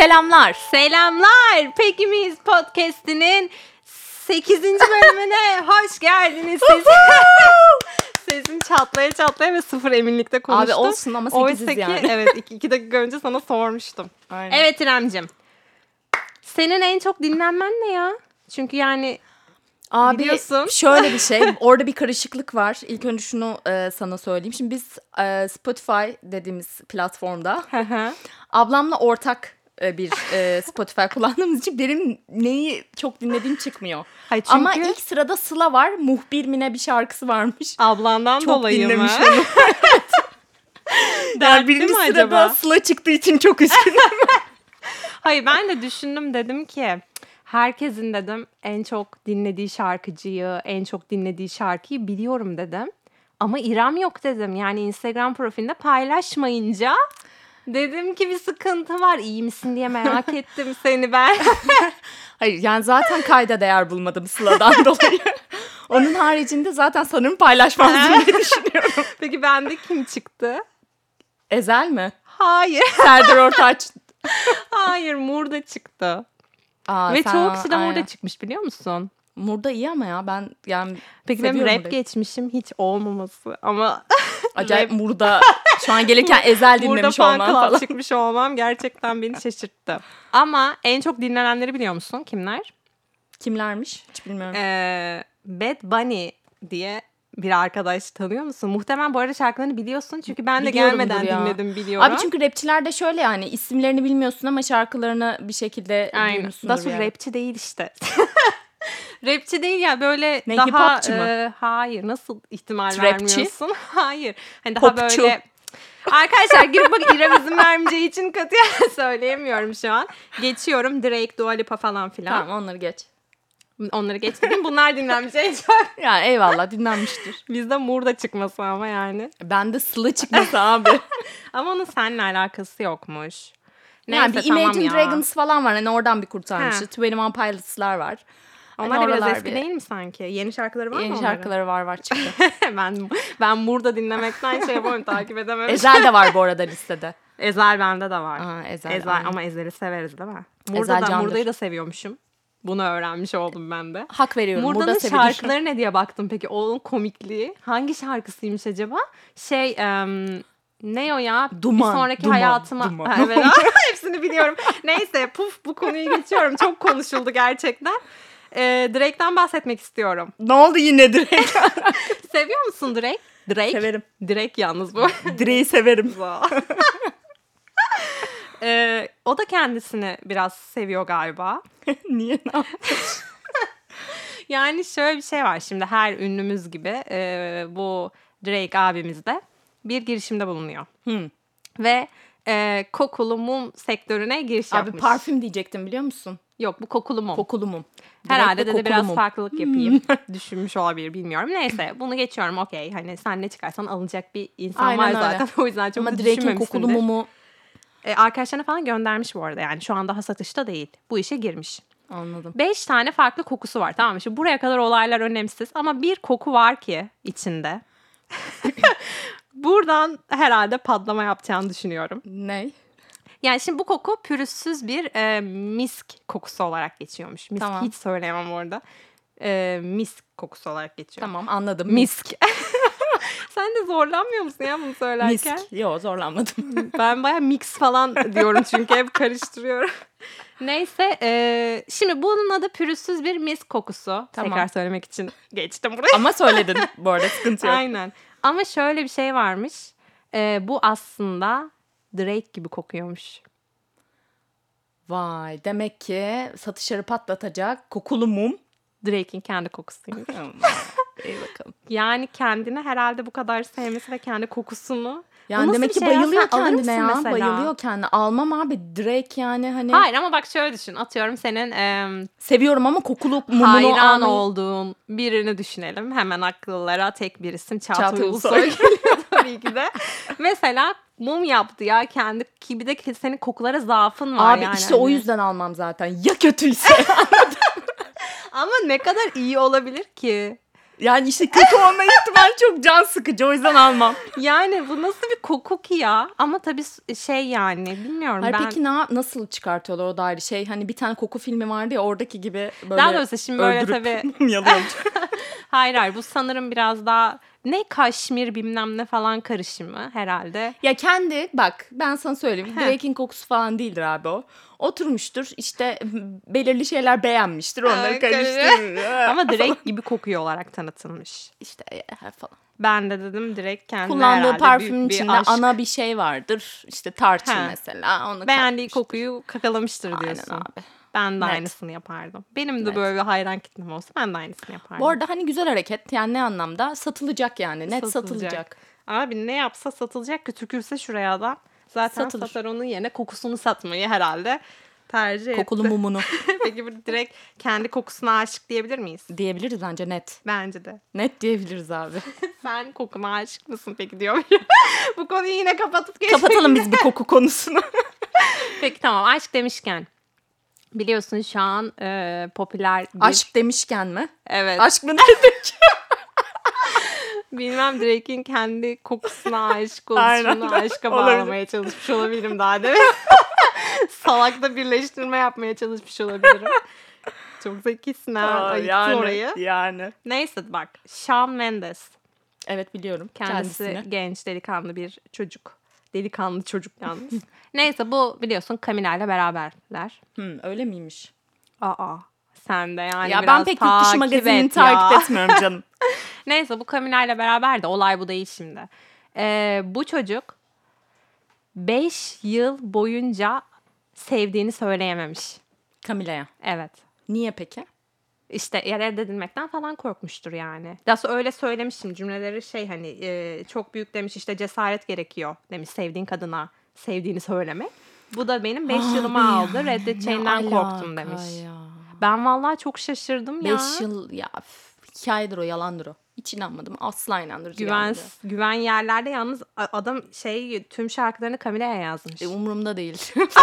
Selamlar. Selamlar. Peki miyiz podcast'inin 8. bölümüne hoş geldiniz. Sesim çatlaya çatlaya ve sıfır eminlikte konuştum. Abi olsun ama 8'iz yani. Evet 2 dakika önce sana sormuştum. Aynen. Evet İremcim. Senin en çok dinlenmen ne ya? Çünkü yani Abi biliyorsun. şöyle bir şey. Orada bir karışıklık var. İlk önce şunu sana söyleyeyim. Şimdi biz Spotify dediğimiz platformda ablamla ortak bir Spotify kullandığımız için benim neyi çok dinlediğim çıkmıyor. Hayır, çünkü ama ilk sırada Sıla var. Muhbir mi ne bir şarkısı varmış. Ablandan çok dolayı dinlemiş mı? onu. Yani birinci mi sırada acaba? Sıla çıktığı için çok üzgünüm. Hayır, ben de düşündüm, dedim ki herkesin dedim en çok dinlediği şarkıcıyı, en çok dinlediği şarkıyı biliyorum dedim. Ama İrem yok dedim. Yani Instagram profilinde paylaşmayınca dedim ki bir sıkıntı var. İyi misin diye merak ettim seni ben. Hayır yani zaten kayda değer bulmadım Sıla'dan dolayı. Onun haricinde zaten sanırım paylaşmazdım diye düşünüyorum. Peki bende kim çıktı? Ezel mi? Hayır. Serdar Ortaç. Hayır, Murda çıktı. Aa, Ve çoğu kişi de aynen. Murda çıkmış, biliyor musun? Murda iyi ama ya ben yani Peki benim seviyorum rap Murda'yı. geçmişim hiç olmaması ama Acayip Murda. Şu an gelirken Ezel dinlemiş Burada olman fan falan. club çıkmış olmam gerçekten beni şaşırttı. Ama en çok dinlenenleri biliyor musun? Kimler? Kimlermiş? Hiç bilmiyorum. Bad Bunny diye bir arkadaş, tanıyor musun? Muhtemelen bu arada şarkılarını biliyorsun. Çünkü ben de Biliyorumdur gelmeden ya. dinledim, biliyorum. Abi çünkü rapçilerde şöyle yani isimlerini bilmiyorsun ama şarkılarını bir şekilde duymuşsundur Nasıl yani. rapçi değil işte. Rapçi değil ya, böyle Ne, daha hip-hopçı mı? Hayır, nasıl ihtimal Trapçi? vermiyorsun? Hayır. Hani daha Popçu. böyle arkadaşlar girip bak, İrem izin vermeyeceği için katiyen söyleyemiyorum şu an. Geçiyorum. Drake, Dua Lipa falan filan. Tamam onları geç. Onları geç dedim. Bunlar dinlenmeyecek çok. Yani eyvallah dinlenmiştir. Bizde Murda çıkması ama yani. Ben de Sıla çıkması abi. Ama onun seninle alakası yokmuş. Yani bir Imagine ya. Dragons falan var. Hani oradan bir kurtarmıştı. He. 21 Pilots'lar var. Onlar Hani da biraz oralar eski değil mi sanki? Yeni şarkıları var mı Yeni onların? şarkıları var çıktı. ben Murda dinlemekten şey yapamıyorum, takip edememişim. Ezel de var bu arada listede. Ezel bende de var. Aa, Ezel Ama Ezel'i severiz değil mi? Ezel candır. Murda'yı da seviyormuşum. Bunu öğrenmiş oldum ben de. Hak veriyorum. Murda'nın Burada seviyorum. şarkıları ne diye baktım peki? Onun komikliği. Hangi şarkısıymış acaba? Ne o ya? Duman, Bir sonraki duman, hayatıma. duman. Ha, evet, hepsini biliyorum. Neyse, bu konuyu geçiyorum. Çok konuşuldu gerçekten. Drake'den bahsetmek istiyorum. Ne oldu yine Drake? Seviyor musun Drake? Severim. Drake yalnız bu. Drake'i severim. O da kendisini biraz seviyor galiba. Niye, ne yapmış? Yani şöyle bir şey var, şimdi her ünlümüz gibi bu Drake abimiz de bir girişimde bulunuyor. Ve kokulu mum sektörüne giriş Abi yapmış. parfüm diyecektim biliyor musun? Yok, bu kokulu mum. Kokulu mum. Herhalde Direkt de kokulu biraz mum. farklılık yapayım. Düşünmüş olabilir, bilmiyorum. Neyse, bunu geçiyorum, okey. Hani sen ne çıkarsan alınacak bir insan Aynen var öyle. zaten. O yüzden çok Ama da Drake'in düşünmemişsindir. kokulu mumu. Arkadaşlarına falan göndermiş bu arada, yani şu an daha satışta değil. Bu işe girmiş. Anladım. 5 tane farklı kokusu var, tamam mı? Şimdi buraya kadar olaylar önemsiz ama bir koku var ki içinde. Buradan herhalde patlama yapacağını düşünüyorum. Ne? Yani şimdi bu koku pürüzsüz bir misk kokusu olarak geçiyormuş. Misk Tamam. hiç söyleyemem orada. Misk kokusu olarak geçiyor. Tamam anladım. Misk. Sen de zorlanmıyor musun ya bunu söylerken? Misk. Yok zorlanmadım. Ben baya mix falan diyorum çünkü hep karıştırıyorum. Neyse, şimdi bunun adı pürüzsüz bir misk kokusu. Tamam. Tekrar söylemek için geçtim buraya. Ama söyledin bu arada, sıkıntı yok. Aynen. Ama şöyle bir şey varmış. Bu aslında Drake gibi kokuyormuş. Vay, demek ki satışları patlatacak kokulu mum. Drake'in kendi kokusuymuş. İyi bakalım. Yani kendini herhalde bu kadar sevmesi ve kendi kokusunu. Yani demek ki bayılıyor kendine ya. Mesela? Bayılıyor kendine. Almam abi, Drake yani hani. Hayır ama bak şöyle düşün. Atıyorum senin Seviyorum ama kokulu mumunu hayran almayı... olduğun birini düşünelim. Hemen akıllara tek bir isim Çağatay Çağatay Ulusoy geliyor tabii ki de. Mesela mum yaptı ya kendi, ki bir de senin kokulara zaafın var abi yani. işte o yüzden almam zaten. Ya kötüyse. Ama ne kadar iyi olabilir ki? Yani işte kötü olma ihtimali çok can sıkıcı, o yüzden almam. Yani bu nasıl bir koku ki ya? Ama tabii şey yani bilmiyorum Hayır, ben. peki nasıl çıkartıyorlar, o da ayrı şey. Hani bir tane koku filmi vardı ya, oradaki gibi böyle Daha doğrusu şimdi böyle öldürüp tabii. yalıyormuş. Hayır bu sanırım biraz daha ne kaşmir bilmem ne falan karışımı herhalde. Ya kendi bak, ben sana söyleyeyim, Heh. Drake'in kokusu falan değildir abi o. Oturmuştur işte, belirli şeyler beğenmiştir, onları karıştırır. Ama Drake gibi kokuyor olarak tanıtılmış. İşte falan. Ben de dedim direkt kendine Kullandığı herhalde parfümün büyük bir içinde aşk. ana bir şey vardır. İşte tarçın He. mesela. Onu Beğendiği katmıştır. kokuyu kakalamıştır Aynen diyorsun. abi. Ben de Net. aynısını yapardım. Benim de Net. böyle bir hayran kitlem olsa ben de aynısını yapardım. Bu arada hani güzel hareket. Yani ne anlamda? Satılacak yani. Net satılacak. Abi ne yapsa satılacak ki tükürse şuraya adam. Zaten Satılır. satar onun yerine kokusunu satmayı herhalde tercih etti. Kokulu mumunu Peki bu direkt kendi kokusuna aşık diyebilir miyiz? diyebiliriz bence, net. Bence de. Net diyebiliriz abi. Sen kokuma aşık mısın peki diyor. Bu konuyu yine kapatıp geçelim. Kapatalım biz bu koku konusunu. Peki tamam, aşk demişken. Biliyorsun şu an popüler bir... Aşk demişken mi? Evet. Aşk mı dedik? Bilmem, Drake'in kendi kokusuna aşık Aynen. oluşunu aşka Olabilir. bağlamaya çalışmış olabilirim daha demin. Salakta birleştirme yapmaya çalışmış olabilirim. Çok zekisin ha. Ayıktın orayı. Yani. Neyse bak. Shawn Mendes. Evet, biliyorum Kendisi kendisini. genç delikanlı bir çocuk. Delikanlı çocuk yalnız. Neyse bu biliyorsun Camila ile beraberler. Öyle miymiş? Aa. Sen de yani Ya biraz ben pek yurt dışı takip magazinini et ya. takip etmiyorum canım. Neyse bu Camila ile beraber de olay bu değil şimdi. Bu çocuk 5 yıl boyunca sevdiğini söyleyememiş. Camila'ya. Evet. Niye peki? İşte reddedilmekten falan korkmuştur yani. Daha sonra öyle söylemiştim cümleleri şey hani çok büyük demiş, işte cesaret gerekiyor demiş sevdiğin kadına sevdiğini söylemek. Bu da benim 5 yılımı aldı, reddedeceğinden korktum demiş. Ya. Ben vallahi çok şaşırdım ya. 5 yıl ya, hikayedir o, yalandır o. Hiç inanmadım. Asla inandırıcı gelmedi. Güven yerlerde yalnız adam şey tüm şarkılarını Camila'ya yazmış. Umurumda değil.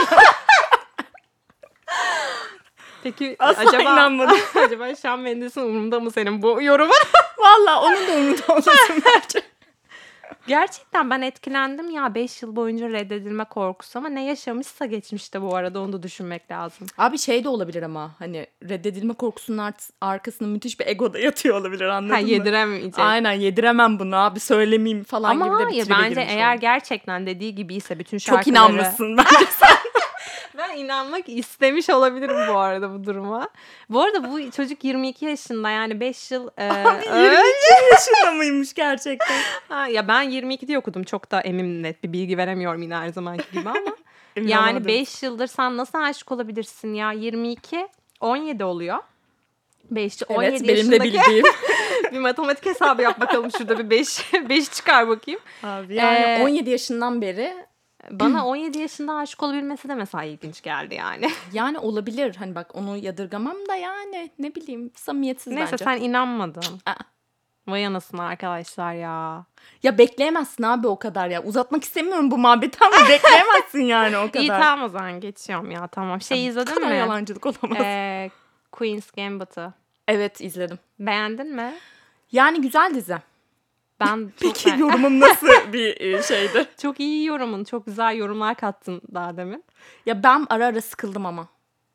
Peki Asla inanmadım. acaba Shawn Mendes'in umurunda mı senin bu yorumun? Valla onun da umurumda olmasın bence. Gerçekten ben etkilendim ya, 5 yıl boyunca reddedilme korkusu, ama ne yaşamışsa geçmişte bu arada onu da düşünmek lazım. Abi şey de olabilir ama hani reddedilme korkusunun arkasında müthiş bir ego da yatıyor olabilir, anladın mı? Yediremeyecek. Aynen, yediremem bunu abi, söylemeyeyim falan Ama gibi de bir hayır, tribe bence girmiş eğer oldu. gerçekten dediği gibiyse bütün şarkıları... Çok inanmışsın bence sen. Ben inanmak istemiş olabilirim bu arada bu duruma. Bu arada bu çocuk 22 yaşında, yani 5 yıl... Abi 22 yaşında mıymış gerçekten? Ya ben 22 diye okudum. Çok da emin, net bir bilgi veremiyorum yine her zamanki gibi ama. Emin Yani olamadım. 5 yıldır sen nasıl aşık olabilirsin ya? 22, 17 oluyor. 5, 17 Evet, benim de yaşındaki bildiğim. bir matematik hesabı yap bakalım şurada bir 5 çıkar bakayım. Abi yani 17 yaşından beri Bana 17 yaşında aşık olabilmesi de mesela ilginç geldi yani. yani olabilir. Hani bak, onu yadırgamam da yani ne bileyim, samimiyetsiz Neyse bence. sen inanmadın. Aa. Vay anasını arkadaşlar ya. Ya bekleyemezsin abi o kadar ya. Uzatmak istemiyorum bu muhabbeti ama bekleyemezsin yani o kadar. İyi tamam o zaman geçiyorum ya, tamam. Şey izledin Bu kadar mi? yalancılık olamaz. Queen's Gambit'ı. Evet, izledim. Beğendin mi? Yani güzel dizi. Ben Peki yorumum nasıl bir şeydi? çok iyi yorumun. Çok güzel yorumlar kattın daha demin. Ya ben ara ara sıkıldım ama.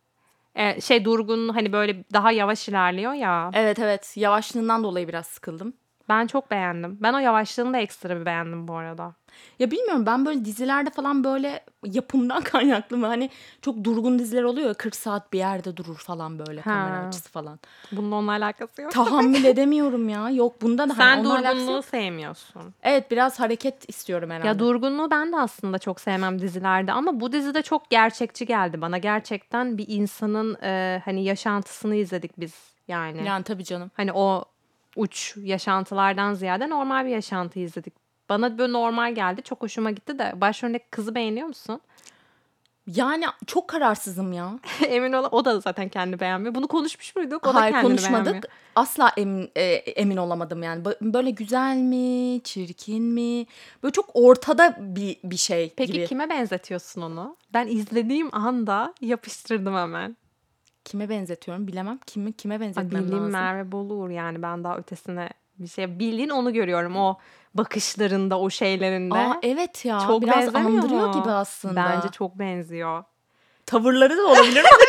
Durgun, hani böyle daha yavaş ilerliyor ya. Evet, yavaşlığından dolayı biraz sıkıldım. Ben çok beğendim. Ben o yavaşlığını da ekstra bir beğendim bu arada. Ya bilmiyorum, ben böyle dizilerde falan böyle yapımdan kaynaklı mı? Hani çok durgun diziler oluyor ya, 40 saat bir yerde durur falan böyle, kamera açısı falan. Bunun onunla alakası yok. Tahammül edemiyorum ya. Yok, bunda da Sen onunla alakası durgunluğu yok. sevmiyorsun. Evet, biraz hareket istiyorum herhalde. Ya durgunluğu ben de aslında çok sevmem dizilerde, ama bu dizide çok gerçekçi geldi bana. Gerçekten bir insanın hani yaşantısını izledik biz yani. Yani tabii canım. Hani o uç yaşantılardan ziyade normal bir yaşantı izledik. Bana böyle normal geldi. Çok hoşuma gitti de. Başroldeki kızı beğeniyor musun? Yani çok kararsızım ya. Emin ol, o da zaten kendi beğenmiyor. Bunu konuşmuş muyduk? O da Hayır, kendini konuşmadık. beğenmiyor. Asla emin olamadım yani. Böyle güzel mi, çirkin mi? Böyle çok ortada bir şey Peki gibi. kime benzetiyorsun onu? Ben izlediğim anda yapıştırdım hemen. kime benzetiyorum bilemem. Kime benzetmem Bildiğin lazım. Merve Boluğur yani, ben daha ötesine bir şey. Bildiğin onu görüyorum o bakışlarında, o şeylerinde. Evet ya, Çok biraz benzemiyor andırıyor mu? gibi aslında. Bence çok benziyor. Tavırları da olabilir mi?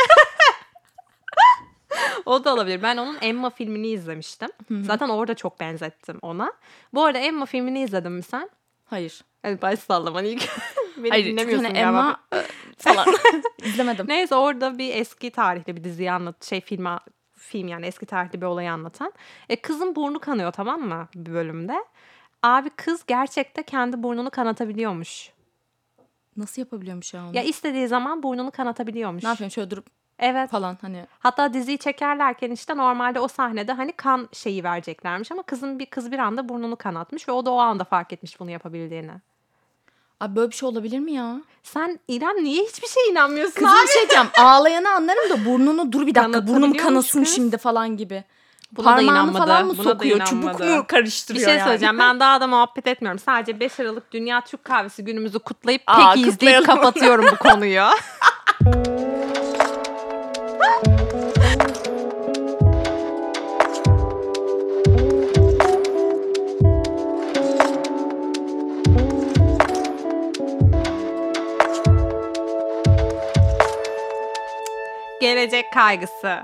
O da olabilir. Ben onun Emma filmini izlemiştim. Zaten orada çok benzettim ona. Bu arada Emma filmini izledin mi sen? Hayır. Evet, baş sallaman ilk. Beni Hayır çünkü dinlemiyorsun hani galiba. Emma falan izlemedim. Neyse, orada bir eski tarihli bir diziyi film yani eski tarihli bir olayı anlatan. Kızın burnu kanıyor, tamam mı, bir bölümde. Abi kız gerçekte kendi burnunu kanatabiliyormuş. Nasıl yapabiliyormuş ya onu? Ya istediği zaman burnunu kanatabiliyormuş. Ne yapayım şöyle durup Evet. falan hani. Hatta diziyi çekerlerken işte normalde o sahnede hani kan şeyi vereceklermiş ama kız bir anda burnunu kanatmış ve o da o anda fark etmiş bunu yapabildiğini. Abi böyle bir şey olabilir mi ya? Sen İrem niye hiçbir şeye inanmıyorsun Kızım abi? bir şey diyeceğim. Ağlayanı anlarım da burnunu dur bir dakika burnum Kanatabiliyormuş kanasın kız. şimdi falan gibi. Buna da Parmağını inanmadı. falan mı Buna da sokuyor? Çubuk inanmadı. mu Bir karıştırıyor şey yani? söyleyeceğim. Ben daha da muhabbet etmiyorum. Sadece 5 Aralık Dünya Türk Kahvesi günümüzü kutlayıp Aa, peki izleyip kutlayalım. kapatıyorum bu konuyu. Gelecek kaygısı.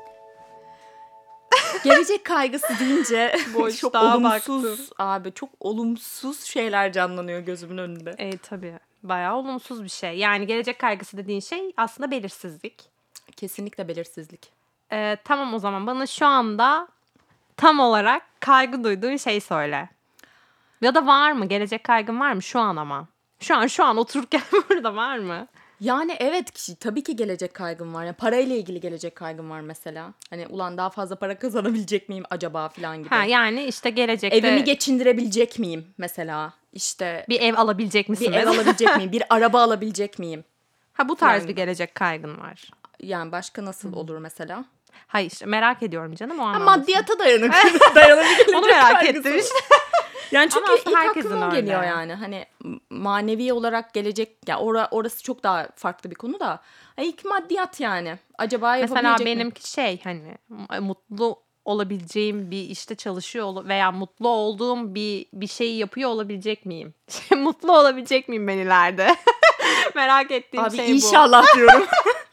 Gelecek kaygısı deyince çok Boşluğa olumsuz baktım. abi çok olumsuz şeyler canlanıyor gözümün önünde. Tabii. Bayağı olumsuz bir şey. Yani gelecek kaygısı dediğin şey aslında belirsizlik. Kesinlikle belirsizlik. Tamam, o zaman bana şu anda tam olarak kaygı duyduğun şey söyle. Ya da var mı? Gelecek kaygın var mı şu an ama? Şu an otururken burada var mı? Yani evet tabii ki gelecek kaygım var. Yani parayla ilgili gelecek kaygım var mesela. Hani ulan daha fazla para kazanabilecek miyim acaba falan gibi. Yani işte gelecekte Evimi geçindirebilecek miyim mesela? İşte bir ev alabilecek misin? bir ev alabilecek miyim? Bir araba alabilecek miyim? Bu tarz Yani- bir gelecek kaygın var. Yani başka nasıl olur mesela? Hayır, işte merak ediyorum canım o Ha, anlamda. maddiyata dayanır bir gelecek Onu merak kaygısı. ettim işte. Yani çünkü Ama aslında ilk herkesin aklıma o öyle. geliyor yani. Hani manevi olarak gelecek ya orası çok daha farklı bir konu da. İlk maddiyat yani. Acaba Mesela yapabilecek miyim? benimki hani mutlu olabileceğim bir işte çalışıyor veya mutlu olduğum bir şeyi yapıyor olabilecek miyim? Mutlu olabilecek miyim ben ileride? Merak ettiğim Abi şey bu. inşallah diyorum.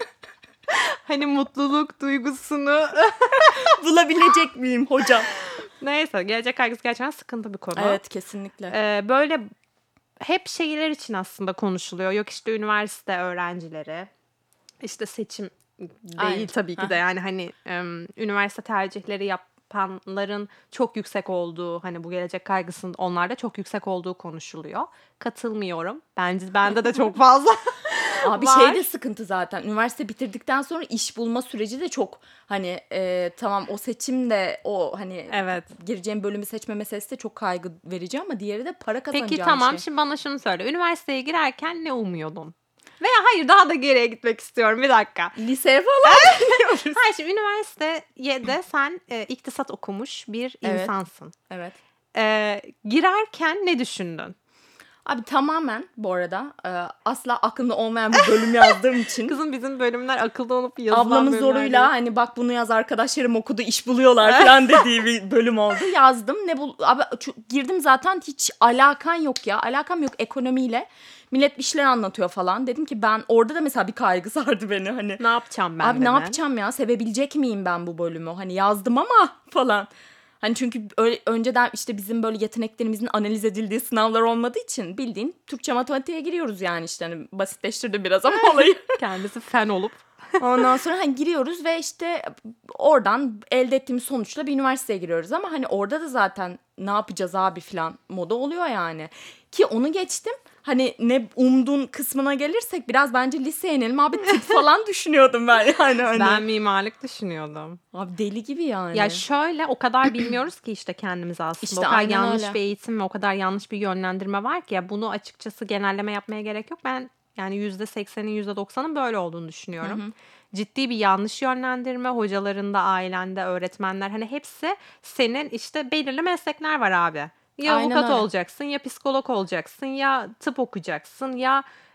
Hani mutluluk duygusunu. Bulabilecek miyim hocam? Neyse, gelecek kaygısı gerçekten sıkıntı bir konu. Evet kesinlikle. Böyle hep şeyler için aslında konuşuluyor. Yok işte üniversite öğrencileri, işte seçim değil Aynen. tabii ki de yani hani üniversite tercihleri yapanların çok yüksek olduğu, hani bu gelecek kaygısının onlarda çok yüksek olduğu konuşuluyor. Katılmıyorum. Bende de çok fazla Abi var. şey de sıkıntı zaten. Üniversite bitirdikten sonra iş bulma süreci de çok hani tamam o seçim de o hani Evet. gireceğim bölümü seçme meselesi de çok kaygı verici ama diğeri de para kazanacağın Peki tamam, şey. şimdi bana şunu söyle. Üniversiteye girerken ne umuyordun? Veya hayır, daha da geriye gitmek istiyorum, bir dakika. Liseye falan gidiyoruz. Hayır, şimdi üniversiteye de sen iktisat okumuş bir Evet. insansın. Evet. Girerken ne düşündün? Abi tamamen bu arada asla aklımda olmayan bir bölüm yazdığım için. Kızım, bizim bölümler akılda olup yazılan Ablamın bölümler zoruyla değil. hani bak bunu yaz arkadaşlarım okudu iş buluyorlar falan dediği bir bölüm oldu. Yazdım. Abi girdim zaten hiç alakan yok ya. Alakam yok ekonomiyle. Millet bir şeyler anlatıyor falan. Dedim ki ben orada da mesela bir kaygı sardı beni hani. Ne yapacağım ben Abi ne dedin? yapacağım ya? Sevebilecek miyim ben bu bölümü? Hani yazdım ama falan. Hani çünkü önceden işte bizim böyle yeteneklerimizin analiz edildiği sınavlar olmadığı için bildiğin Türkçe matematiğe giriyoruz yani işte hani basitleştirdim biraz ama olayı. Kendisi fen olup. Ondan sonra hani giriyoruz ve işte oradan elde ettiğimiz sonuçla bir üniversiteye giriyoruz ama hani orada da zaten ne yapacağız abi falan moda oluyor yani. Ki onu geçtim. Hani ne umduğun kısmına gelirsek biraz bence liseye inelim abi tıp falan düşünüyordum ben yani. Hani. Ben mimarlık düşünüyordum. Abi deli gibi yani. Ya şöyle, o kadar bilmiyoruz ki işte kendimizi aslında. İşte o kadar aynen yanlış öyle. bir eğitim ve o kadar yanlış bir yönlendirme var ki ya, bunu açıkçası genelleme yapmaya gerek yok. Ben yani %80'in %90'ın böyle olduğunu düşünüyorum. Ciddi bir yanlış yönlendirme, hocalarında, ailende, öğretmenler, hani hepsi senin işte belirli meslekler var abi. Ya Aynen avukat öyle. olacaksın, ya psikolog olacaksın, ya tıp okuyacaksın, ya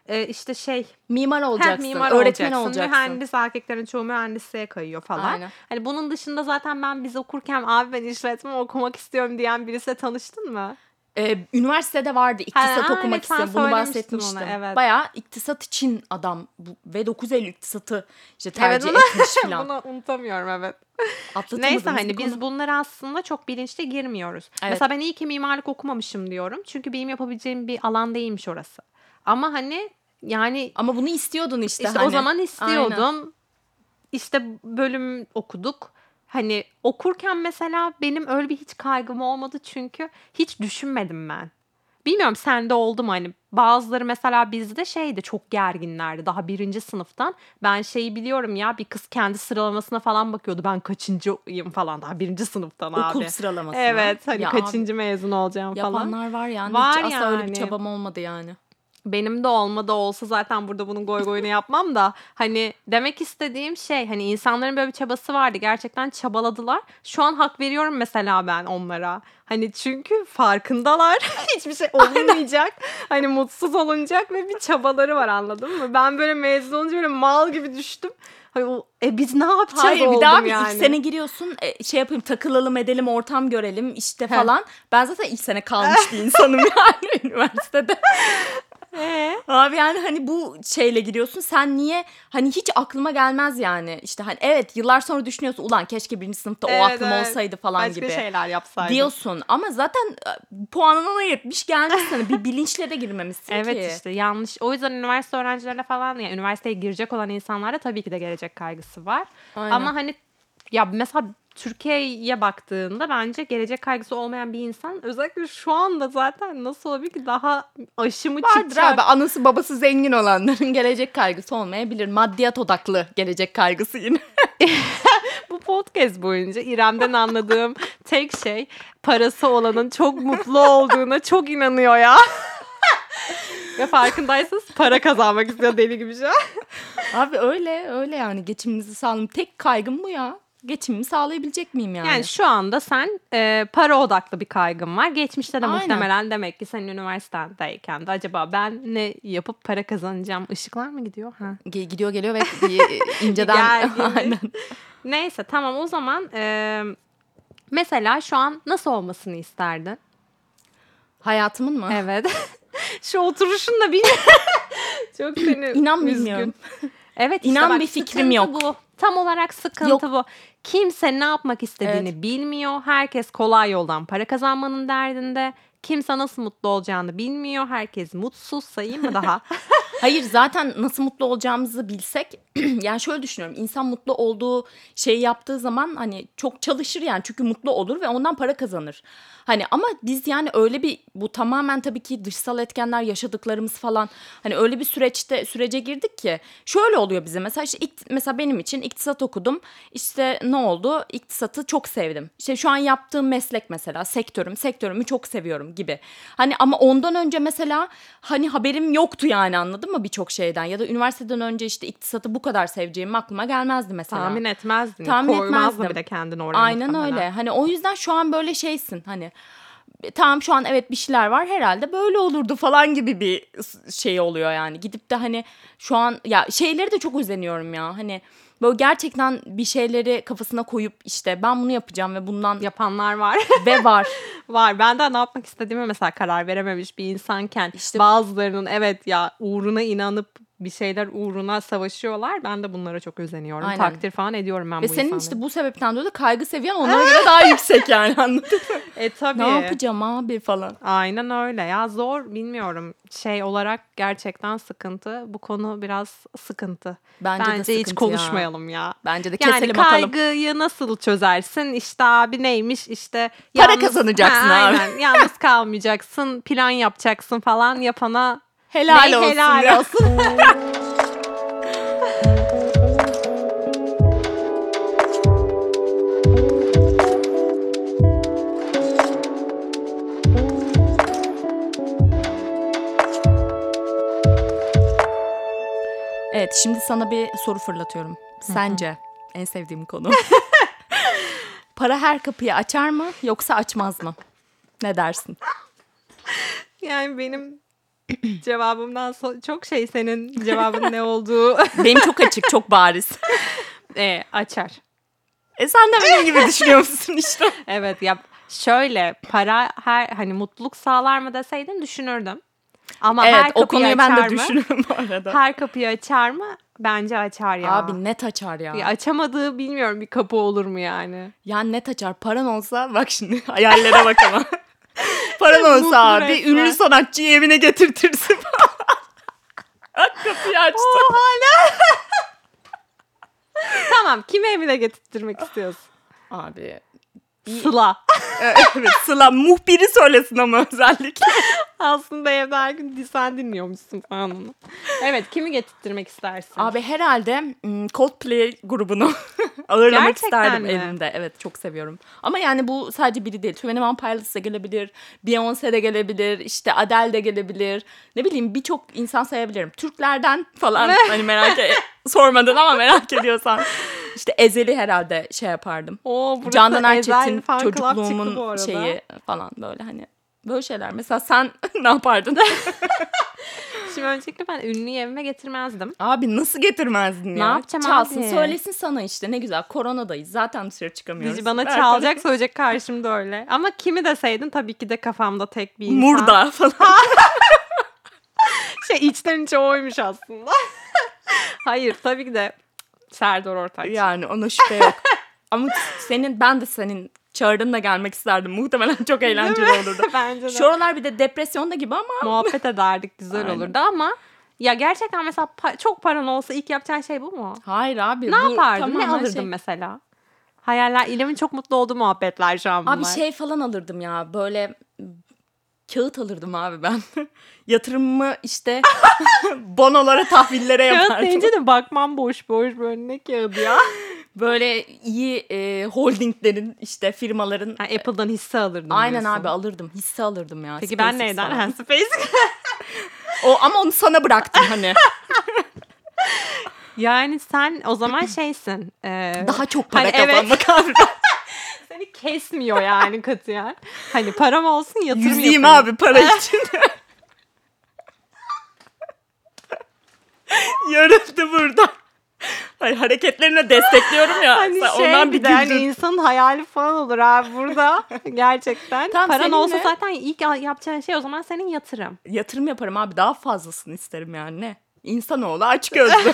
işte Mimar olacaksın, mimar öğretmen olacaksın. olacaksın. Mühendis, erkeklerin çoğu mühendisliğe kayıyor falan. Aynen. Hani bunun dışında zaten biz okurken abi ben işletme okumak istiyorum diyen birisiyle tanıştın mı? Üniversitede vardı iktisat okumak evet, sen isteyen, bunu söylemiştin bahsetmiştim. ona, evet. Bayağı iktisat için adam ve 9 Eylül iktisatı işte Evet, tercih etmiş falan. bunu unutamıyorum, evet. Atlatamadığımız Neyse bir biz konu. bunlara aslında çok bilinçli girmiyoruz. Evet. Mesela ben iyi ki mimarlık okumamışım diyorum. Çünkü benim yapabileceğim bir alan değilmiş orası. Ama hani yani Ama bunu istiyordun işte işte hani. o zaman Aynen. istiyordum. İşte bölüm okuduk. Hani okurken mesela benim öyle bir hiç kaygım olmadı çünkü hiç düşünmedim ben. Bilmiyorum sende oldu mu, hani bazıları mesela bizde şeydi, çok gerginlerdi daha 1. sınıftan. Ben şeyi biliyorum ya, bir kız kendi sıralamasına falan bakıyordu, ben kaçıncıyım falan, daha 1. sınıftan abi. Okul sıralamasına. Evet, hani Ya kaçıncı mezun olacağım falan. yapanlar var yani. Var Hiç asla öyle bir yani. çabam olmadı yani. Benim de olmadı, olsa zaten burada bunun goy goyunu yapmam da hani demek istediğim şey, hani insanların böyle bir çabası vardı, gerçekten çabaladılar. Şu an hak veriyorum mesela ben onlara. Hani çünkü farkındalar hiçbir şey olmayacak. Hani mutsuz olunacak ve bir çabaları var, anladın mı? Ben böyle mezun olunca böyle mal gibi düştüm. Hani biz ne yapacağız Hayır, bir oldum daha bir yani. ilk sene giriyorsun, şey yapayım, takılalım edelim, ortam görelim işte falan. Ben zaten ilk sene kalmış bir insanım yani üniversitede. Abi yani hani bu şeyle giriyorsun, sen niye, hani hiç aklıma gelmez yani, işte hani evet yıllar sonra düşünüyorsun, ulan keşke 1. sınıfta o aklım olsaydı falan Başka gibi şeyler yapsaydım diyorsun ama zaten puanına 70 gelmiş sana, bir bilinçle de girmemişsin Evet ki. işte yanlış. O yüzden üniversite öğrencilerine falan, yani üniversiteye girecek olan insanlarda tabii ki de gelecek kaygısı var. Aynen. Ama hani ya mesela Türkiye'ye baktığında bence gelecek kaygısı olmayan bir insan, özellikle şu anda zaten nasıl olabilir ki, daha aşımı Vardır çıkacak. abi, anası babası zengin olanların gelecek kaygısı olmayabilir. Maddiyat odaklı gelecek kaygısı yine. Bu podcast boyunca İrem'den anladığım tek şey, parası olanın çok mutlu olduğuna çok inanıyor ya. Ve farkındaysanız para kazanmak istiyor deli gibi şu an. Abi öyle yani, geçimimizi sağlayayım. Tek kaygım bu ya. Geçimimi sağlayabilecek miyim yani? Yani şu anda sen para odaklı bir kaygın var. Geçmişte de Aynen. muhtemelen demek ki senin üniversitedeyken de acaba ben ne yapıp para kazanacağım? Işıklar mı gidiyor? Ha. Gidiyor geliyor ve inceden Gerginlik. aynen. Neyse tamam, o zaman mesela şu an nasıl olmasını isterdin? Hayatımın mı? Evet. Şu oturuşun da bilmiyorum. Çok seni İnan üzgün. bilmiyorum. Evet işte İnan bak, bir fikrim sıkıntı yok. bu. Tam olarak sıkıntı Yok. bu. Kimse ne yapmak istediğini bilmiyor. Herkes kolay yoldan para kazanmanın derdinde. Kimse nasıl mutlu olacağını bilmiyor. Herkes mutsuz, sayayım mı daha? Hayır, zaten nasıl mutlu olacağımızı bilsek yani şöyle düşünüyorum, insan mutlu olduğu şeyi yaptığı zaman hani çok çalışır yani, çünkü mutlu olur ve ondan para kazanır. Hani ama biz yani öyle bir, bu tamamen tabii ki dışsal etkenler, yaşadıklarımız falan, hani öyle bir sürece girdik ki şöyle oluyor bize. Mesela işte mesela benim için iktisat okudum, işte ne oldu, iktisatı çok sevdim, işte şu an yaptığım meslek mesela sektörümü çok seviyorum gibi. Hani ama ondan önce mesela hani haberim yoktu yani, anladın mı, birçok şeyden, ya da üniversiteden önce işte iktisatı bu kadar seveceğim aklıma gelmezdi mesela. Tahmin etmezdin. Tahmin Koymazdın etmezdim. bir de kendini oraya. Aynen muhtemelen. öyle. Hani o yüzden şu an böyle şeysin, hani tamam şu an evet bir şeyler var, herhalde böyle olurdu falan gibi bir şey oluyor yani. Gidip de hani şu an ya şeyleri de çok özeniyorum ya, hani böyle gerçekten bir şeyleri kafasına koyup işte ben bunu yapacağım ve bundan Yapanlar var. ve var. Var. Ben de ne yapmak istediğime mesela karar verememiş bir insanken İşte bazılarının evet ya uğruna inanıp bir şeyler uğruna savaşıyorlar. Ben de bunlara çok özeniyorum. Aynen. Takdir falan ediyorum ben Ve bu senin insanları. işte bu sebepten dolayı kaygı seviyen onlara göre daha yüksek yani, anladın mı? Tabii. Ne yapacağım abi falan. Aynen öyle ya, zor, bilmiyorum, şey olarak gerçekten sıkıntı, bu konu biraz sıkıntı. Bence de hiç sıkıntı konuşmayalım ya. Bence de Yani keselim atalım. kaygıyı nasıl çözersin? İşte abi neymiş, işte Para kazanacaksın abi. Aynen, yalnız kalmayacaksın, plan yapacaksın falan, yapana Helal olsun helal ya. olsun. Evet, şimdi sana bir soru fırlatıyorum. Sence en sevdiğim konu. Para her kapıyı açar mı yoksa açmaz mı? Ne dersin? Yani benim Cevabımdan çok senin cevabın ne olduğu Benim çok açık, çok bariz. açar. Sen de benim gibi düşünüyor musun işte? Evet ya şöyle para hani mutluluk sağlar mı deseydin düşünürdüm. Ama Evet, her o kapıyı konuyu ben açar de mı? düşünürüm bu arada. Her kapıyı açar mı? Bence açar ya. Abi net açar ya. Ya açamadığı bilmiyorum bir kapı olur mu yani? Ya net açar. Paran olsa bak şimdi hayallere bak ama. Paran olsa Mutlu abi resmen. ünlü sanatçıyı evine getirtirsin. Bak kapıyı açtı. Hala. Tamam kimi evine getirtmek istiyorsun? Abi. Sıla. Evet Sıla muhbiri söylesin ama özellikle. Aslında evde her gün sen dinliyormuşsun falan onu. Evet kimi getirtmek istersin? Abi herhalde Coldplay grubunu ağırlamak Gerçekten isterdim mi? evimde. Evet çok seviyorum. Ama yani bu sadece biri değil. 21 Pilots da gelebilir. Beyoncé de gelebilir. İşte Adele de gelebilir. Ne bileyim birçok insan sayabilirim. Türklerden falan hani sormadın ama merak ediyorsan. İşte Ezel'i herhalde şey yapardım. Burası Candan Ezel Erçetin fan club çıktı bu çocukluğumun arada. şeyi falan böyle hani. Böyle şeyler. Mesela sen ne yapardın? Şimdi öncelikle ben ünlüyü evime getirmezdim. Abi nasıl getirmezdin ya? Ne yapacağım Çalsın abi? söylesin sana işte ne güzel koronadayız zaten dışarı çıkamıyoruz. Bizi bana Ver çalacak söyleyecek karşımda öyle. Ama kimi deseydin tabii ki de kafamda tek bir insan. Murda falan. İçten içe oymuş aslında. Hayır tabii ki de Serdar Ortaç. Yani ona şüphe yok. Ama ben de senin çağrınla gelmek isterdim. Muhtemelen çok eğlenceli olurdu. Bence de. Şu aralar bir de depresyonda gibi ama. Muhabbet ederdik güzel Aynen. olurdu ama ya gerçekten mesela çok paran olsa ilk yapacağın şey bu mu? Hayır abi. Ne yapardın? Ne tamamen alırdın mesela? Hayaller, İrem'in çok mutlu olduğu muhabbetler şu an bunlar. Abi şey falan alırdım ya böyle kağıt alırdım abi ben. Yatırımımı işte bonolara tahvillere yapardım. Kağıt deyince de bakmam boş böyle ne kağıdı ya? Böyle iyi holdinglerin işte firmaların. Apple'dan hisse alırdım Aynen diyorsun. abi alırdım. Hisse alırdım ya. Peki ben SpaceX neyden? falan. SpaceX. Ama onu sana bıraktım hani. Yani sen o zaman şeysin. Daha çok para hani evet. kazanmak abi. Seni kesmiyor yani katiyen. Hani param olsun yatırım Yüzeyim yapayım. abi para için. Yarıldı burada. Hayır, hareketlerini destekliyorum ya. Hani Sen şey ondan bir de hani insanın hayali falan olur abi burada. Gerçekten. Tamam, Paran seninle- olsa zaten ilk yapacağın şey o zaman senin yatırım. Yatırım yaparım abi. Daha fazlasını isterim yani ne? İnsanoğlu aç gözlü.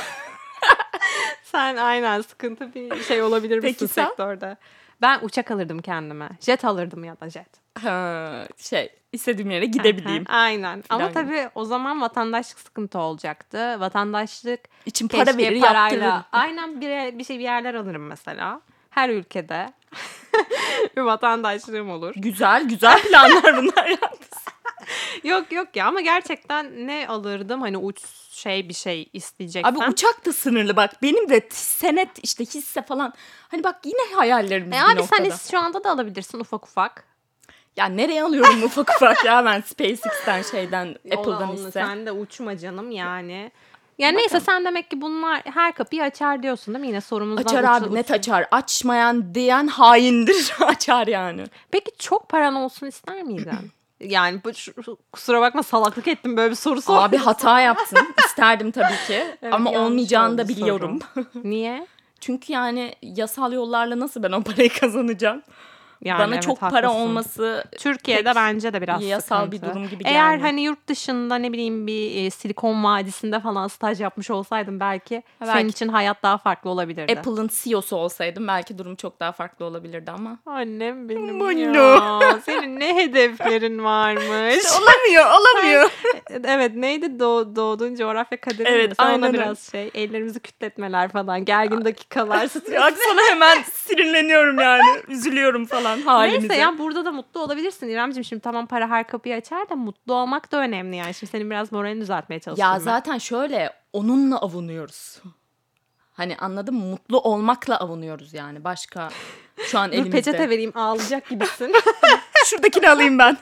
Sen aynen sıkıntı bir şey olabilir misin Peki sen? sektörde? Ben uçak alırdım kendime. Jet alırdım ya da jet. İstediğim yere gidebileyim. Aynen. Ama gibi. tabii o zaman vatandaşlık sıkıntı olacaktı. Vatandaşlık İçin para keşke verir parayla. yaptırırım. Aynen bir yerler alırım mesela. Her ülkede bir vatandaşlığım olur. Güzel planlar bunlar yalnız. Yok ya ama gerçekten ne alırdım hani bir şey isteyeceksen. Abi uçak da sınırlı bak. Benim de senet işte hisse falan. Hani bak yine hayallerimiz bir abi noktada. sen şu anda da alabilirsin ufak ufak. Ya nereye alıyorum ufak ufak ya ben SpaceX'ten şeyden Apple'dan Onu hisse. sen de uçma canım yani. Yani neyse sen demek ki bunlar her kapıyı açar diyorsun değil mi? Yine sorumuzdan Açar abi net açar. Açmayan diyen haindir. Açar yani. Peki çok paran olsun ister miydin? Yani kusura bakma salaklık ettim böyle bir soru sordum. Abi hata yaptın. İsterdim tabii ki. Evet, ama yanlış olmayacağını da oldu biliyorum. Niye? Çünkü yani yasal yollarla nasıl ben o parayı kazanacağım? Yani Bana evet, çok para haklısın. Olması Türkiye'de pek bence de biraz yasal sıkıntı. bir durum gibi Eğer gelmiyor. hani yurt dışında ne bileyim bir Silikon Vadisi'nde falan staj yapmış olsaydım belki senin belki. için hayat daha farklı olabilirdi. Apple'ın CEO'su olsaydım belki durum çok daha farklı olabilirdi ama. Annem benim Aman ya. Senin ne hedeflerin varmış. Olamıyor. Evet neydi doğduğun coğrafya kaderi Evet, mi? Sen ona aynen öyle. biraz ellerimizi kütletmeler falan gergin dakikalar stres. Baksana hemen sinirleniyorum yani. Üzülüyorum falan halimize. Neyse ya burada da mutlu olabilirsin İremciğim. Şimdi tamam para her kapıyı açar da mutlu olmak da önemli yani. Şimdi senin biraz moralini düzeltmeye çalışıyorum. Ya zaten şöyle onunla avunuyoruz. Hani anladın mı? Mutlu olmakla avunuyoruz yani. Başka şu an Dur elimizde. peçete vereyim ağlayacak gibisin. Şuradakini alayım ben.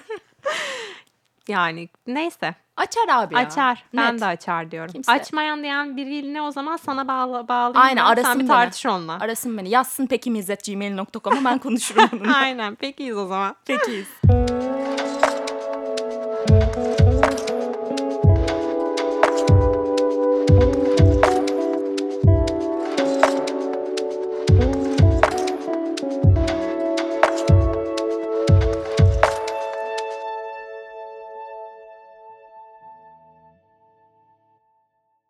Yani neyse. Açar abi ya. Açar. Ben Net. de açar diyorum. Kimse- Açmayan diyen biriyle o zaman sana bağlayayım. Aynen, ben. arasın Sen bir beni. tartış onunla. Arasın beni. Yazsın pekimizet@gmail.com'a ben konuşurum onunla. Aynen. Peki o zaman. Pekiyiz.